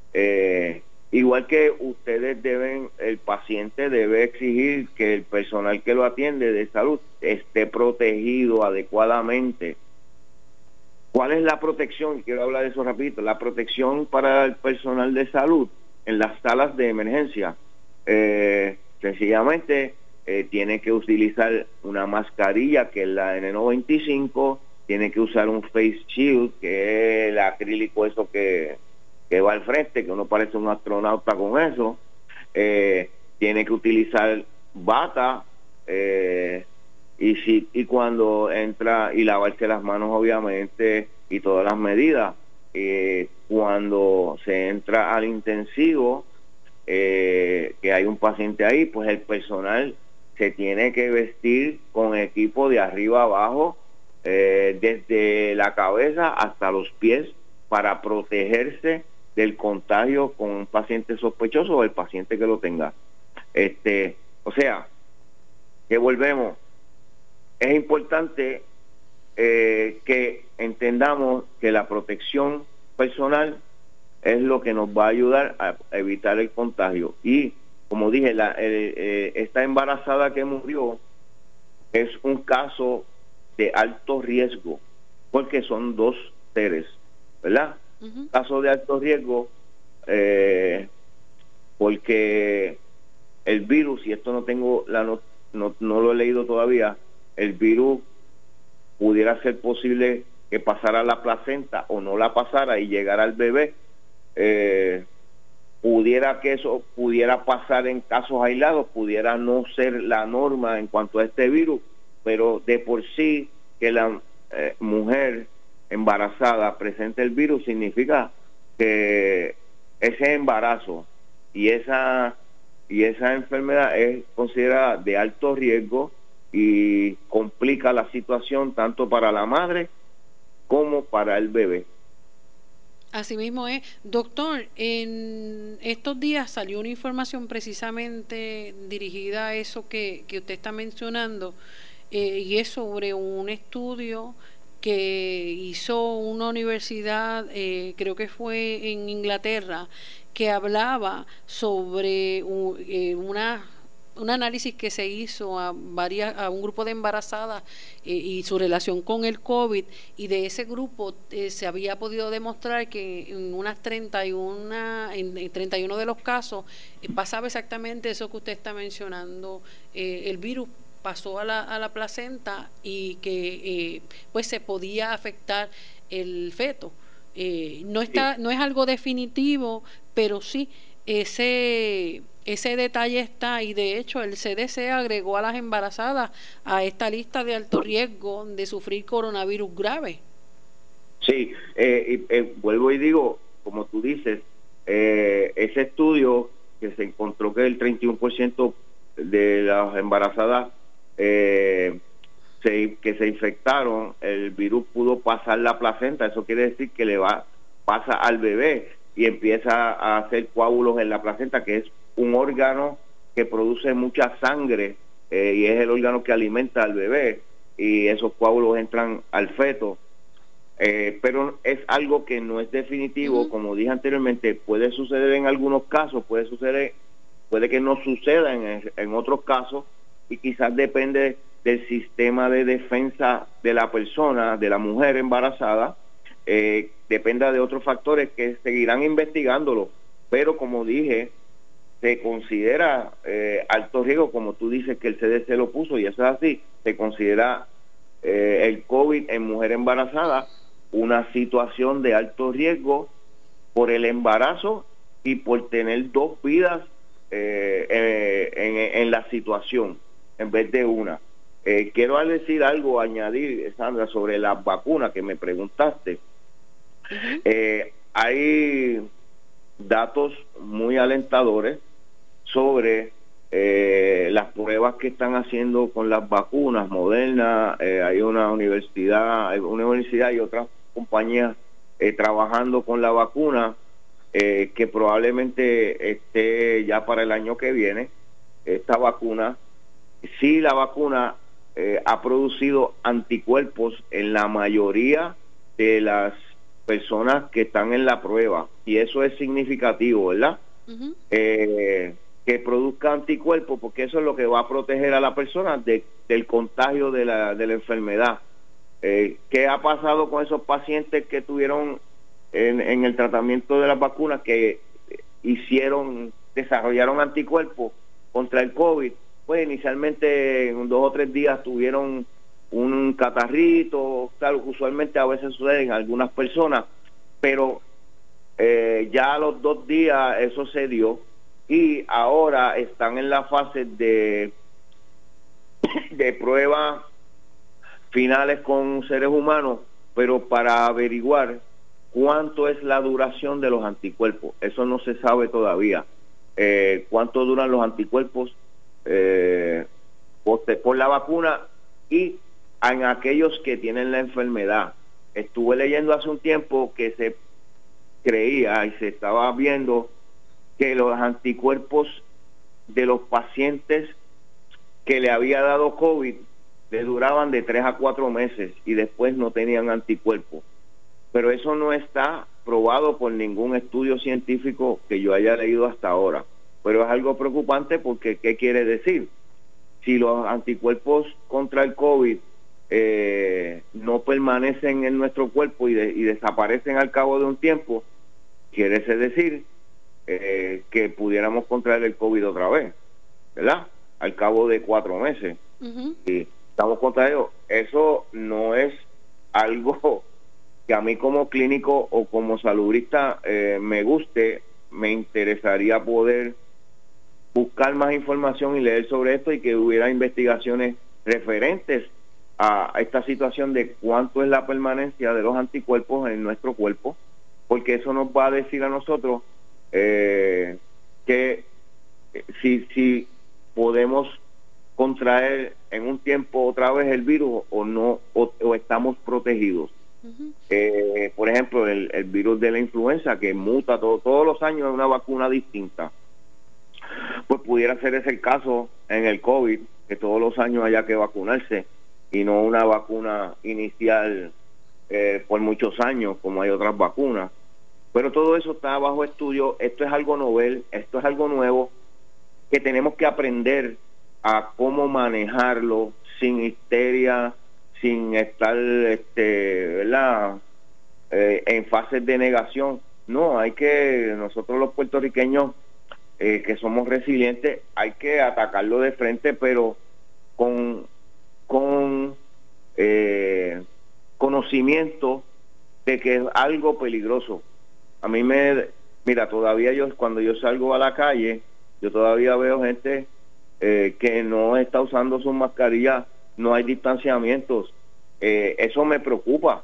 Eh, igual que ustedes deben, el paciente debe exigir que el personal que lo atiende de salud esté protegido adecuadamente. ¿Cuál es la protección? Quiero hablar de eso rapidito. La protección para el personal de salud en las salas de emergencia. Eh, sencillamente eh, tiene que utilizar una mascarilla que es la N noventa y cinco, tiene que usar un face shield, que es el acrílico eso que, que va al frente, que uno parece un astronauta con eso. Eh, tiene que utilizar bata, eh, y si y cuando entra, y lavarse las manos obviamente, y todas las medidas. eh, cuando se entra al intensivo, eh, que hay un paciente ahí, pues el personal se tiene que vestir con equipo de arriba abajo, eh, desde la cabeza hasta los pies, para protegerse del contagio con un paciente sospechoso o el paciente que lo tenga. Este, o sea, que volvemos. Es importante eh, que entendamos que la protección personal es lo que nos va a ayudar a evitar el contagio. Y como dije, la, eh, eh, esta embarazada que murió es un caso de alto riesgo, porque son dos seres, ¿verdad? Uh-huh. Caso de alto riesgo, eh, porque el virus, y esto no tengo la no, no, no lo he leído todavía, el virus pudiera ser posible que pasara la placenta o no la pasara y llegara al bebé. Eh, pudiera que eso pudiera pasar en casos aislados, pudiera no ser la norma en cuanto a este virus, pero de por sí que la eh, mujer embarazada presente el virus significa que ese embarazo y esa y esa enfermedad es considerada de alto riesgo y complica la situación tanto para la madre como para el bebé. Así mismo es. Doctor, en estos días salió una información precisamente dirigida a eso que, que usted está mencionando, eh, y es sobre un estudio que hizo una universidad, eh, creo que fue en Inglaterra, que hablaba sobre un, eh, una un análisis que se hizo a varias a un grupo de embarazadas eh, y su relación con el COVID, y de ese grupo eh, se había podido demostrar que en unas treinta y uno en, en treinta y uno de los casos eh, pasaba exactamente eso que usted está mencionando, eh, el virus pasó a la, a la placenta y que eh, pues se podía afectar el feto. Eh, no está, no es algo definitivo, pero sí ese ese detalle está, y de hecho el C D C agregó a las embarazadas a esta lista de alto riesgo de sufrir coronavirus grave. Sí, eh, eh, vuelvo y digo, como tú dices, eh, ese estudio que se encontró que el treinta y uno por ciento de las embarazadas eh, se, que se infectaron, el virus pudo pasar la placenta. Eso quiere decir que le va pasa al bebé y empieza a hacer coágulos en la placenta, que es un órgano que produce mucha sangre, eh, y es el órgano que alimenta al bebé, y esos coágulos entran al feto, eh, pero es algo que no es definitivo. Uh-huh. Como dije anteriormente, puede suceder en algunos casos, puede suceder, puede que no suceda en, en otros casos, y quizás depende del sistema de defensa de la persona, de la mujer embarazada, eh, dependa de otros factores que seguirán investigándolo, pero como dije, se considera eh, alto riesgo, como tú dices que el C D C lo puso, y eso es así. Se considera eh, el COVID en mujer embarazada una situación de alto riesgo por el embarazo y por tener dos vidas eh, eh, en, en la situación en vez de una. Eh, quiero decir algo, añadir, Sandra, sobre las vacunas que me preguntaste. Uh-huh. Eh, hay datos muy alentadores sobre eh, las pruebas que están haciendo con las vacunas Moderna. Eh, hay una universidad, hay una universidad y otras compañías eh, trabajando con la vacuna, eh, que probablemente esté ya para el año que viene. Esta vacuna, sí, la vacuna eh, ha producido anticuerpos en la mayoría de las personas que están en la prueba, y eso es significativo, ¿verdad? Uh-huh. Eh, que produzca anticuerpos, porque eso es lo que va a proteger a la persona de, del contagio de la, de la enfermedad. Eh, ¿Qué ha pasado con esos pacientes que tuvieron en, en el tratamiento de las vacunas, que hicieron, desarrollaron anticuerpos contra el COVID? Pues inicialmente en dos o tres días tuvieron un catarrito, tal, usualmente a veces sucede en algunas personas, pero eh, ya a los dos días eso se dio, y ahora están en la fase de de pruebas finales con seres humanos, pero para averiguar cuánto es la duración de los anticuerpos. Eso no se sabe todavía. Eh, cuánto duran los anticuerpos eh, por, por la vacuna y en aquellos que tienen la enfermedad. Estuve leyendo hace un tiempo que se creía y se estaba viendo que los anticuerpos de los pacientes que le había dado COVID le duraban de tres a cuatro meses y después no tenían anticuerpos. Pero eso no está probado por ningún estudio científico que yo haya leído hasta ahora. Pero es algo preocupante porque, ¿qué quiere decir? Si los anticuerpos contra el COVID eh, no permanecen en nuestro cuerpo y, de, y desaparecen al cabo de un tiempo, quiere decir eh, que pudiéramos contraer el COVID otra vez, ¿verdad? Al cabo de cuatro meses. Uh-huh. Y estamos contraídos. Eso no es algo que a mí como clínico o como salubrista eh, me guste. Me interesaría poder buscar más información y leer sobre esto y que hubiera investigaciones referentes a esta situación de cuánto es la permanencia de los anticuerpos en nuestro cuerpo, porque eso nos va a decir a nosotros eh, que si, si podemos contraer en un tiempo otra vez el virus o no, o, o estamos protegidos. Uh-huh. Eh, por ejemplo, el, el virus de la influenza que muta todo, todos los años es una vacuna distinta. Pues pudiera ser ese el caso en el COVID, que todos los años haya que vacunarse y no una vacuna inicial eh, por muchos años como hay otras vacunas. Pero todo eso está bajo estudio. Esto es algo novel, esto es algo nuevo que tenemos que aprender a cómo manejarlo sin histeria, sin estar este, ¿verdad? Eh, en fases de negación. No, hay que, nosotros los puertorriqueños eh, que somos resilientes, hay que atacarlo de frente, pero con, con eh, conocimiento de que es algo peligroso. A mí me, mira, todavía yo, cuando yo salgo a la calle, yo todavía veo gente eh, que no está usando sus mascarillas, no hay distanciamientos. Eh, eso me preocupa,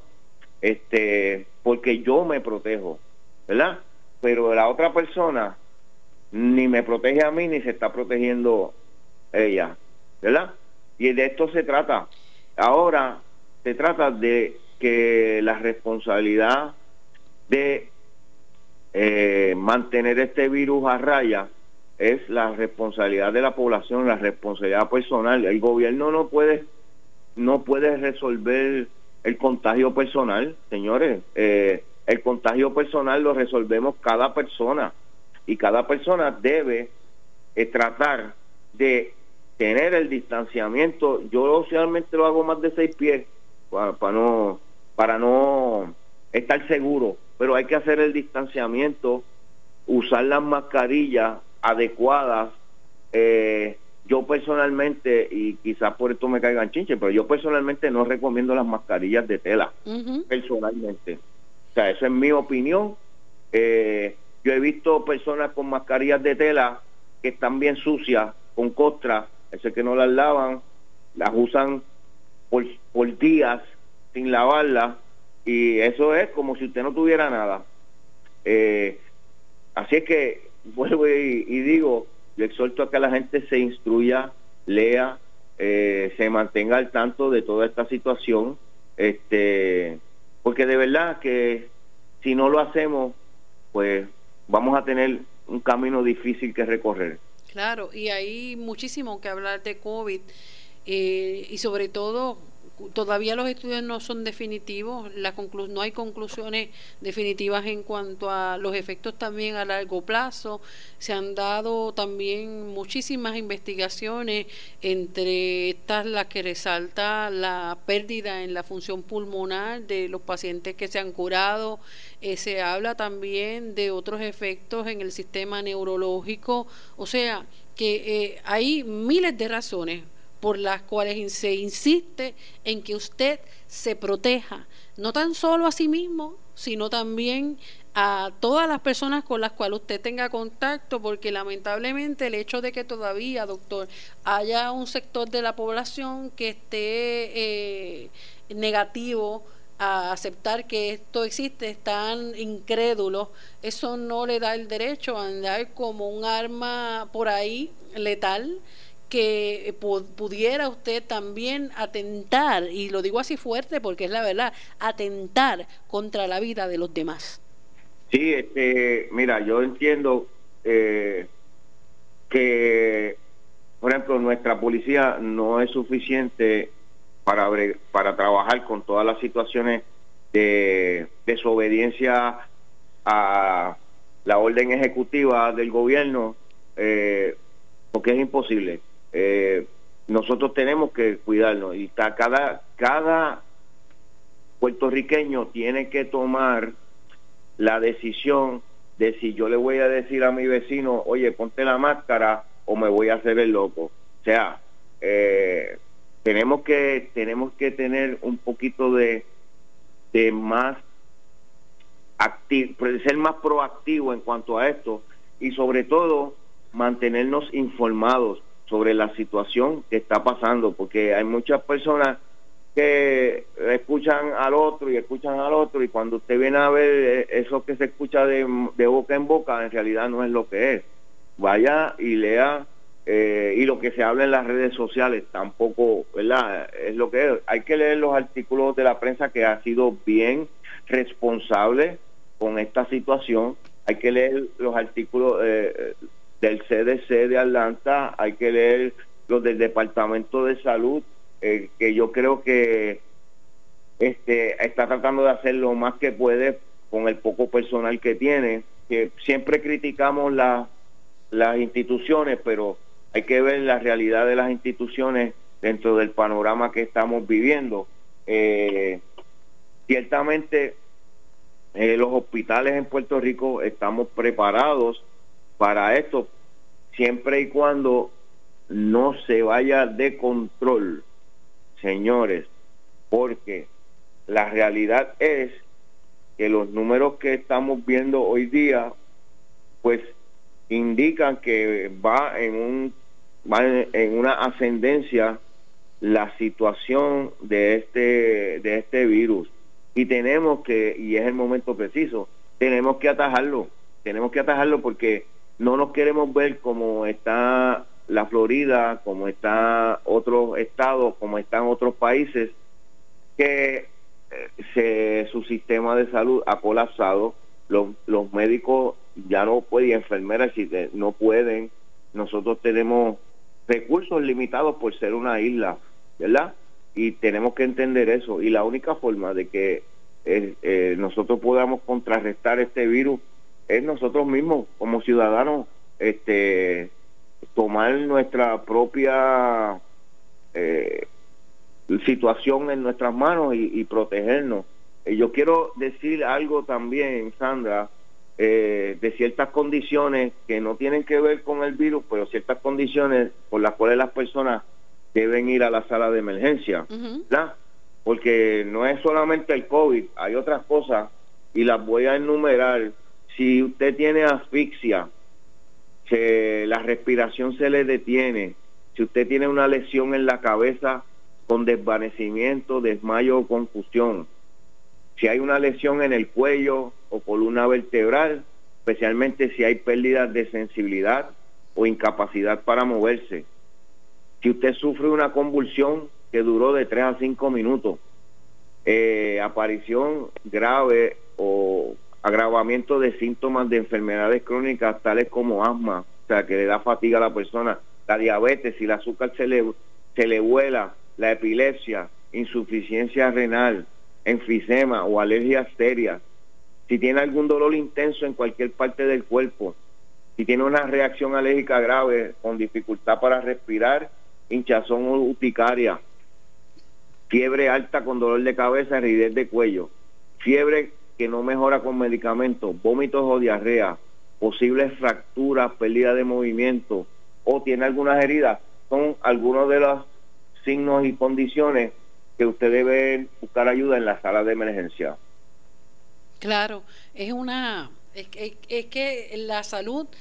este, porque yo me protejo, ¿verdad? Pero la otra persona ni me protege a mí ni se está protegiendo ella, ¿verdad? Y de esto se trata. Ahora se trata de que la responsabilidad de eh, mantener este virus a raya es la responsabilidad de la población, la responsabilidad personal. El gobierno no puede no puede resolver el contagio personal, señores. Eh, el contagio personal lo resolvemos cada persona y cada persona debe eh, tratar de tener el distanciamiento. Yo usualmente lo hago más de seis pies para, para no para no estar seguro, pero hay que hacer el distanciamiento, usar las mascarillas adecuadas. eh, Yo personalmente, y quizás por esto me caigan chinches, pero yo personalmente no recomiendo las mascarillas de tela, uh-huh. personalmente. O sea, eso es mi opinión. Eh, yo he visto personas con mascarillas de tela que están bien sucias, con costras, ese que no las lavan, las usan por, por días sin lavarlas, y eso es como si usted no tuviera nada. Eh, así es que vuelvo y, y digo, yo exhorto a que la gente se instruya, lea, eh, se mantenga al tanto de toda esta situación, este, porque de verdad que si no lo hacemos, pues vamos a tener un camino difícil que recorrer. Claro, y hay muchísimo que hablar de COVID, eh, y sobre todo todavía los estudios no son definitivos, la conclu- no hay conclusiones definitivas en cuanto a los efectos también a largo plazo. Se han dado también muchísimas investigaciones, entre estas las que resalta la pérdida en la función pulmonar de los pacientes que se han curado. Eh, se habla también de otros efectos en el sistema neurológico, o sea que eh, hay miles de razones por las cuales se insiste en que usted se proteja, no tan solo a sí mismo, sino también a todas las personas con las cuales usted tenga contacto, porque lamentablemente el hecho de que todavía, doctor, haya un sector de la población que esté eh, negativo a aceptar que esto existe, están incrédulos, eso no le da el derecho a andar como un arma por ahí letal que pudiera usted también atentar, y lo digo así fuerte porque es la verdad, atentar contra la vida de los demás. Sí, este, mira, yo entiendo eh, que, por ejemplo, nuestra policía no es suficiente para, para trabajar con todas las situaciones de desobediencia a la orden ejecutiva del gobierno, eh, porque es imposible. Eh, nosotros tenemos que cuidarnos y cada, cada puertorriqueño tiene que tomar la decisión de si yo le voy a decir a mi vecino, oye, ponte la máscara o me voy a hacer el loco. O sea, eh, tenemos que tenemos que tener un poquito de, de más activo, ser más proactivo en cuanto a esto y sobre todo mantenernos informados sobre la situación que está pasando, porque hay muchas personas que escuchan al otro y escuchan al otro y cuando usted viene a ver eso que se escucha de, de boca en boca, en realidad no es lo que es. Vaya y lea eh, y lo que se habla en las redes sociales tampoco, ¿verdad? Es lo que es. Hay que leer los artículos de la prensa que ha sido bien responsable con esta situación. Hay que leer los artículos eh, del C D C de Atlanta, hay que leer los del Departamento de Salud, eh, que yo creo que este está tratando de hacer lo más que puede con el poco personal que tiene, que siempre criticamos la, las instituciones, pero hay que ver la realidad de las instituciones dentro del panorama que estamos viviendo. Eh, ciertamente eh, los hospitales en Puerto Rico estamos preparados para esto, siempre y cuando no se vaya de control, señores, porque la realidad es que los números que estamos viendo hoy día, pues indican que va en un va en una ascendencia la situación de este de este virus y tenemos que, y es el momento preciso, tenemos que atajarlo, tenemos que atajarlo porque no nos queremos ver como está la Florida, como está otros estados, como están otros países, que eh, se, su sistema de salud ha colapsado, los, los médicos ya no pueden, y enfermeras no pueden, nosotros tenemos recursos limitados por ser una isla, ¿verdad? Y tenemos que entender eso, y la única forma de que eh, eh, nosotros podamos contrarrestar este virus es nosotros mismos como ciudadanos este tomar nuestra propia eh, situación en nuestras manos y, y protegernos. Eh, yo quiero decir algo también, Sandra, eh, de ciertas condiciones que no tienen que ver con el virus, pero ciertas condiciones por las cuales las personas deben ir a la sala de emergencia, ¿verdad? Porque no es solamente el COVID, hay otras cosas y las voy a enumerar. Si usted tiene asfixia, se, la respiración se le detiene, si usted tiene una lesión en la cabeza con desvanecimiento, desmayo o confusión, si hay una lesión en el cuello o columna vertebral, especialmente si hay pérdida de sensibilidad o incapacidad para moverse, si usted sufre una convulsión que duró de tres a cinco minutos, eh, aparición grave o agravamiento de síntomas de enfermedades crónicas tales como asma, o sea, que le da fatiga a la persona, la diabetes, si el azúcar se le, se le vuela, la epilepsia, insuficiencia renal, enfisema o alergias serias, si tiene algún dolor intenso en cualquier parte del cuerpo, si tiene una reacción alérgica grave con dificultad para respirar, hinchazón o urticaria, fiebre alta con dolor de cabeza, rigidez de cuello, fiebre que no mejora con medicamentos, vómitos o diarrea, posibles fracturas, pérdida de movimiento o tiene algunas heridas, son algunos de los signos y condiciones que usted debe buscar ayuda en la sala de emergencia. Claro, es una es, es, es que la salud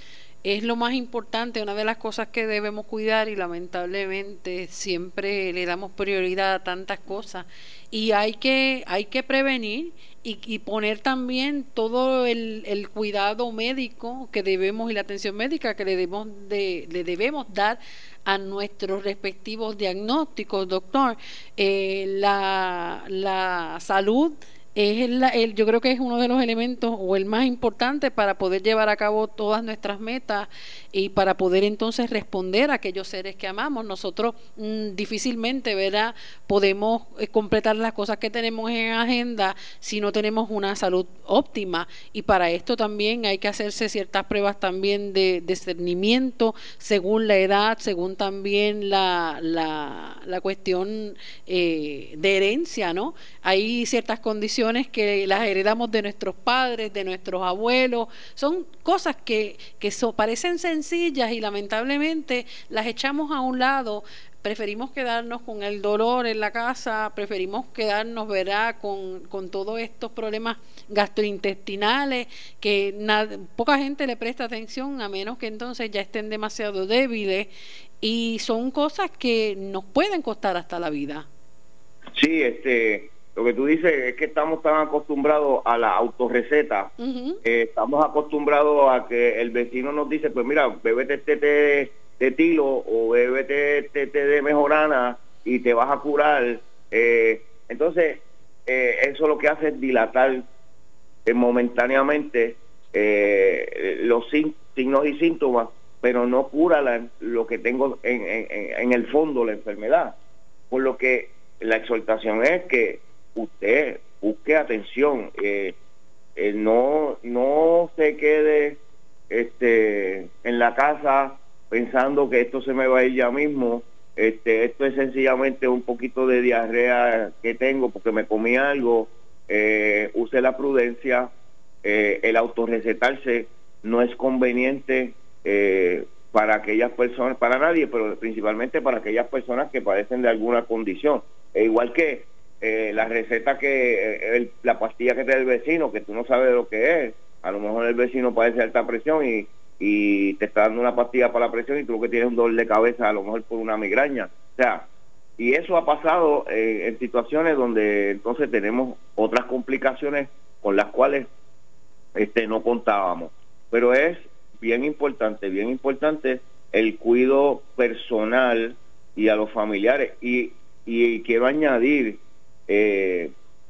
es lo más importante, una de las cosas que debemos cuidar, y lamentablemente siempre le damos prioridad a tantas cosas, y hay que hay que prevenir y, y poner también todo el, el cuidado médico que debemos y la atención médica que le debemos de, le debemos dar a nuestros respectivos diagnósticos, doctor. Eh, la, la salud es el, el, yo creo que es uno de los elementos o el más importante para poder llevar a cabo todas nuestras metas y para poder entonces responder a aquellos seres que amamos. Nosotros mmm, difícilmente, ¿verdad?, podemos eh, completar las cosas que tenemos en agenda si no tenemos una salud óptima, y para esto también hay que hacerse ciertas pruebas también de discernimiento según la edad, según también la, la, la cuestión eh, de herencia, ¿no? Hay ciertas condiciones que las heredamos de nuestros padres, de nuestros abuelos, son cosas que, que so, parecen sencillas y lamentablemente las echamos a un lado. Preferimos quedarnos con el dolor en la casa, preferimos quedarnos, ¿verdad?, con, con todos estos problemas gastrointestinales que nada, poca gente le presta atención, a menos que entonces ya estén demasiado débiles, y son cosas que nos pueden costar hasta la vida. Sí, este... Lo que tú dices es que estamos tan acostumbrados a la autorreceta, uh-huh. eh, estamos acostumbrados a que el vecino nos dice, pues mira, bébete este té de tilo o bébete este té de mejorana y te vas a curar. Eh, entonces, eh, eso lo que hace es dilatar eh, momentáneamente eh, los signos y síntomas, pero no cura la, lo que tengo en, en, en el fondo, la enfermedad. Por lo que la exhortación es que usted busque atención, eh, eh, no no se quede este en la casa pensando que esto se me va a ir ya mismo. Este esto es sencillamente un poquito de diarrea que tengo porque me comí algo. Eh, use la prudencia. Eh, el autorrecetarse no es conveniente eh, para aquellas personas, para nadie, pero principalmente para aquellas personas que padecen de alguna condición. E igual que Eh, la receta que, eh, el, la pastilla que te da el vecino, que tú no sabes lo que es, a lo mejor el vecino padece de alta presión y, y te está dando una pastilla para la presión y tú lo que tienes es un dolor de cabeza, a lo mejor por una migraña. O sea, y eso ha pasado eh, en situaciones donde entonces tenemos otras complicaciones con las cuales este no contábamos. Pero es bien importante, bien importante el cuidado personal y a los familiares. Y, y quiero añadir, Eh,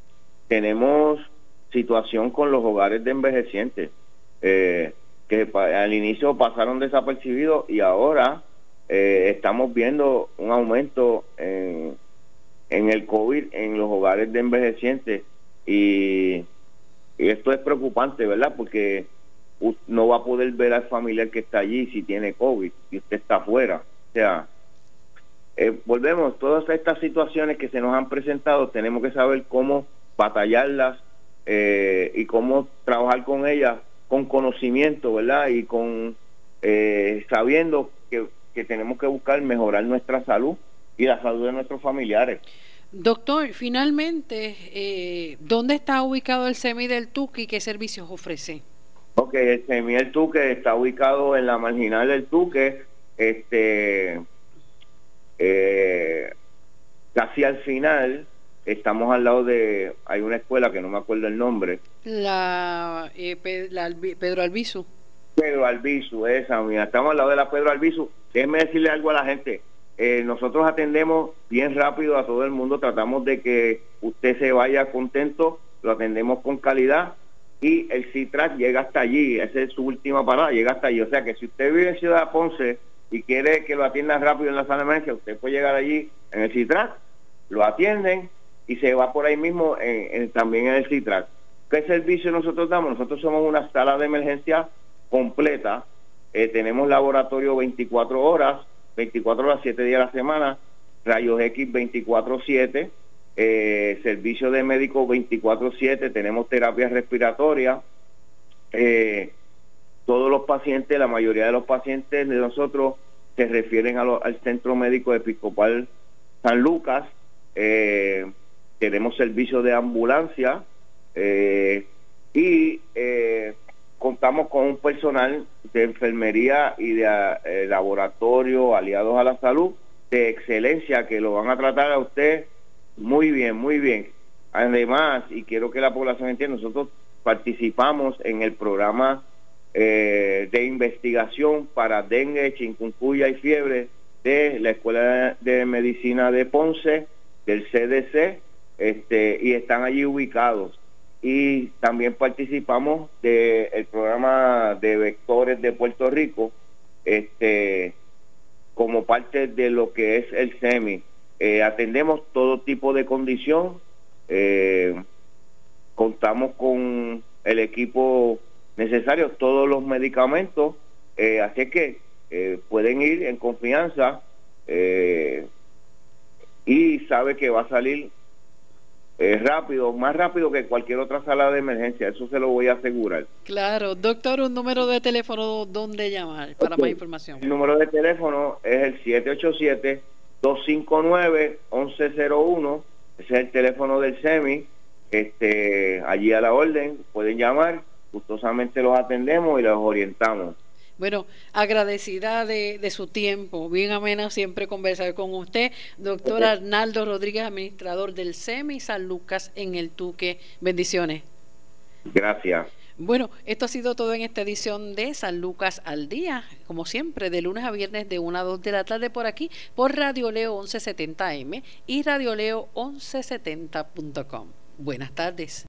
tenemos situación con los hogares de envejecientes eh, que pa- al inicio pasaron desapercibidos y ahora eh, estamos viendo un aumento en, en el COVID en los hogares de envejecientes y, y esto es preocupante, ¿verdad? Porque u- no va a poder ver al familiar que está allí si tiene COVID y usted está afuera. O sea, Eh, volvemos, todas estas situaciones que se nos han presentado, tenemos que saber cómo batallarlas eh, y cómo trabajar con ellas con conocimiento, ¿verdad? Y con eh, sabiendo que, que tenemos que buscar mejorar nuestra salud y la salud de nuestros familiares. Doctor, finalmente, eh, ¿dónde está ubicado el SEMI del Tuque y qué servicios ofrece? Ok, el SEMI del Tuque está ubicado en la marginal del Tuque, este... Eh, casi al final estamos al lado de, hay una escuela que no me acuerdo el nombre, la, eh, Pe, la Pedro Albizu Pedro Albizu, esa mía, estamos al lado de la Pedro Albizu. Déjenme decirle algo a la gente, eh, nosotros atendemos bien rápido a todo el mundo, tratamos de que usted se vaya contento, lo atendemos con calidad y el C-Track llega hasta allí, esa es su última parada, llega hasta allí, o sea que si usted vive en Ciudad Ponce y quiere que lo atiendan rápido en la sala de emergencia, usted puede llegar allí en el C-Track, lo atienden y se va por ahí mismo en, en, también en el C-Track. ¿Qué servicio nosotros damos? Nosotros somos una sala de emergencia completa, eh, tenemos laboratorio veinticuatro horas, veinticuatro horas, siete días a la semana, rayos X veinticuatro siete, eh, servicio de médico veinticuatro siete, tenemos terapia respiratoria, eh, todos los pacientes, la mayoría de los pacientes de nosotros se refieren a lo, al Centro Médico Episcopal San Lucas. Eh, tenemos servicio de ambulancia eh, y eh, contamos con un personal de enfermería y de eh, laboratorio aliados a la salud de excelencia que lo van a tratar a usted muy bien, muy bien. Además, y quiero que la población entienda, nosotros participamos en el programa eh, de investigación para dengue, chikungunya y fiebre de la Escuela de Medicina de Ponce, del C D C, este, y están allí ubicados. Y también participamos del programa de vectores de Puerto Rico, este, como parte de lo que es el S E M I. Eh, atendemos todo tipo de condición, eh, contamos con el equipo necesario, todos los medicamentos, eh, así que eh, pueden ir en confianza eh, y sabe que va a salir eh, rápido, más rápido que cualquier otra sala de emergencia, eso se lo voy a asegurar. Claro, doctor, un número de teléfono donde llamar para okay. más información. El número de teléfono es el siete ocho siete, dos cinco nueve, once cero uno, ese es el teléfono del S E M I, este, allí a la orden, pueden llamar, gustosamente los atendemos y los orientamos. Bueno, agradecida de, de su tiempo, bien amena siempre conversar con usted, doctor okay. Arnaldo Rodríguez, administrador del S E M I San Lucas en El Tuque. Bendiciones. Gracias. Bueno, esto ha sido todo en esta edición de San Lucas al Día, como siempre, de lunes a viernes de una a dos de la tarde por aquí, por Radio Leo once setenta A M y Radio Leo once setenta punto com. Buenas tardes.